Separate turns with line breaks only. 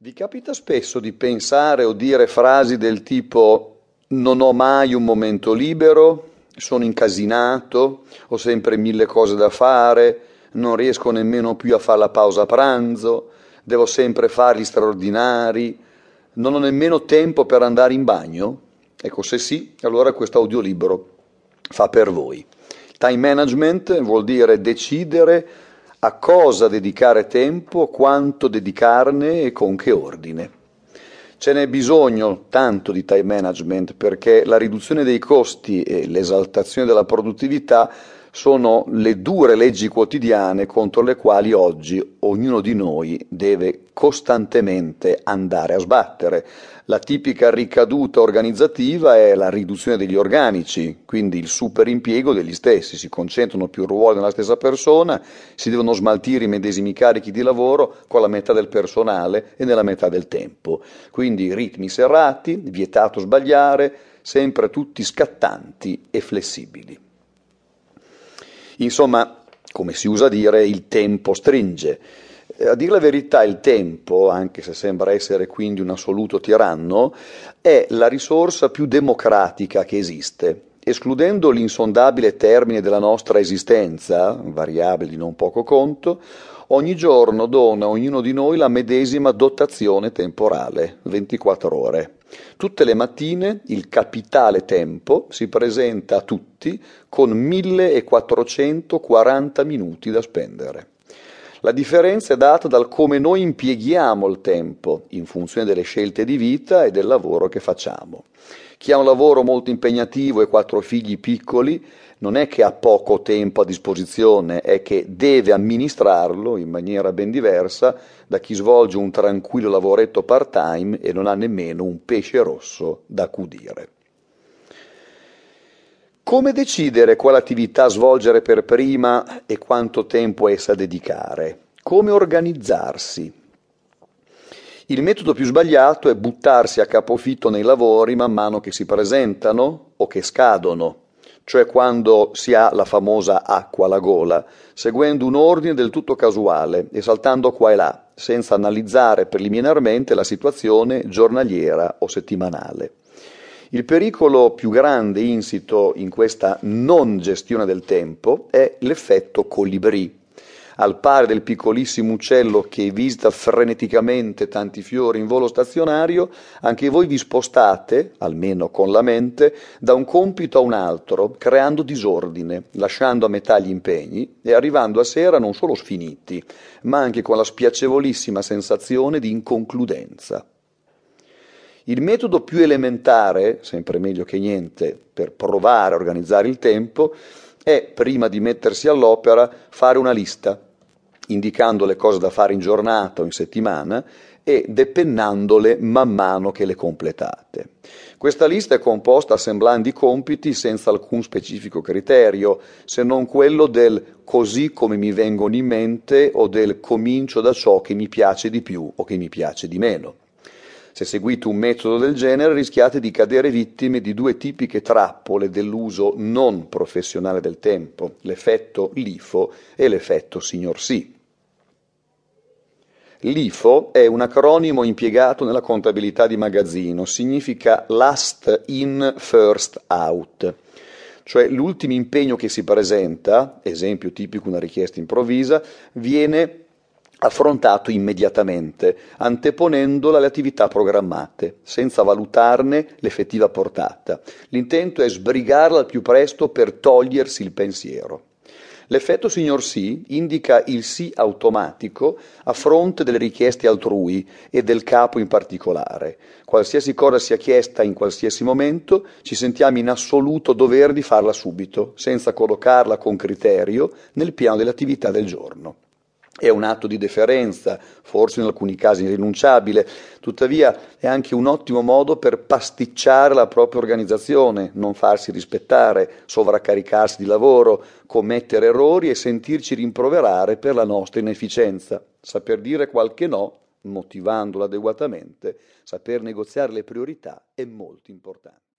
Vi capita spesso di pensare o dire frasi del tipo non ho mai un momento libero, sono incasinato, ho sempre mille cose da fare, non riesco nemmeno più a fare la pausa pranzo, devo sempre fare gli straordinari, non ho nemmeno tempo per andare in bagno? Ecco, se sì, allora questo audiolibro fa per voi. Time management vuol dire decidere a cosa dedicare tempo, quanto dedicarne e con che ordine. Ce n'è bisogno tanto di time management perché la riduzione dei costi e l'esaltazione della produttività sono le dure leggi quotidiane contro le quali oggi ognuno di noi deve costantemente andare a sbattere. La tipica ricaduta organizzativa è la riduzione degli organici, quindi il superimpiego degli stessi, si concentrano più ruoli nella stessa persona, si devono smaltire i medesimi carichi di lavoro con la metà del personale e nella metà del tempo. Quindi ritmi serrati, vietato sbagliare, sempre tutti scattanti e flessibili. Insomma, come si usa dire, il tempo stringe. A dire la verità, il tempo, anche se sembra essere quindi un assoluto tiranno, è la risorsa più democratica che esiste. Escludendo l'insondabile termine della nostra esistenza, variabile di non poco conto, ogni giorno dona a ognuno di noi la medesima dotazione temporale, 24 ore. Tutte le mattine il capitale tempo si presenta a tutti con 1440 minuti da spendere. La differenza è data dal come noi impieghiamo il tempo in funzione delle scelte di vita e del lavoro che facciamo. Chi ha un lavoro molto impegnativo e 4 figli piccoli non è che ha poco tempo a disposizione, è che deve amministrarlo in maniera ben diversa da chi svolge un tranquillo lavoretto part-time e non ha nemmeno un pesce rosso da accudire. Come decidere quale attività svolgere per prima e quanto tempo essa dedicare? Come organizzarsi? Il metodo più sbagliato è buttarsi a capofitto nei lavori man mano che si presentano o che scadono, cioè quando si ha la famosa acqua alla gola, seguendo un ordine del tutto casuale e saltando qua e là, senza analizzare preliminarmente la situazione giornaliera o settimanale. Il pericolo più grande insito in questa non gestione del tempo è l'effetto colibrì. Al pari del piccolissimo uccello che visita freneticamente tanti fiori in volo stazionario, anche voi vi spostate, almeno con la mente, da un compito a un altro, creando disordine, lasciando a metà gli impegni e arrivando a sera non solo sfiniti, ma anche con la spiacevolissima sensazione di inconcludenza. Il metodo più elementare, sempre meglio che niente, per provare a organizzare il tempo, è, prima di mettersi all'opera, fare una lista, indicando le cose da fare in giornata o in settimana e depennandole man mano che le completate. Questa lista è composta assemblando i compiti senza alcun specifico criterio, se non quello del così come mi vengono in mente o del comincio da ciò che mi piace di più o che mi piace di meno. Se seguite un metodo del genere rischiate di cadere vittime di 2 tipiche trappole dell'uso non professionale del tempo, l'effetto LIFO e l'effetto signor sì. LIFO è un acronimo impiegato nella contabilità di magazzino, significa last in, first out. Cioè l'ultimo impegno che si presenta, esempio tipico una richiesta improvvisa, viene affrontato immediatamente, anteponendola alle attività programmate, senza valutarne l'effettiva portata. L'intento è sbrigarla al più presto per togliersi il pensiero. L'effetto signor sì indica il sì automatico a fronte delle richieste altrui e del capo in particolare. Qualsiasi cosa sia chiesta in qualsiasi momento, ci sentiamo in assoluto dovere di farla subito, senza collocarla con criterio nel piano delle attività del giorno. È un atto di deferenza, forse in alcuni casi irrinunciabile, tuttavia è anche un ottimo modo per pasticciare la propria organizzazione, non farsi rispettare, sovraccaricarsi di lavoro, commettere errori e sentirci rimproverare per la nostra inefficienza. Saper dire qualche no, motivandolo adeguatamente, saper negoziare le priorità è molto importante.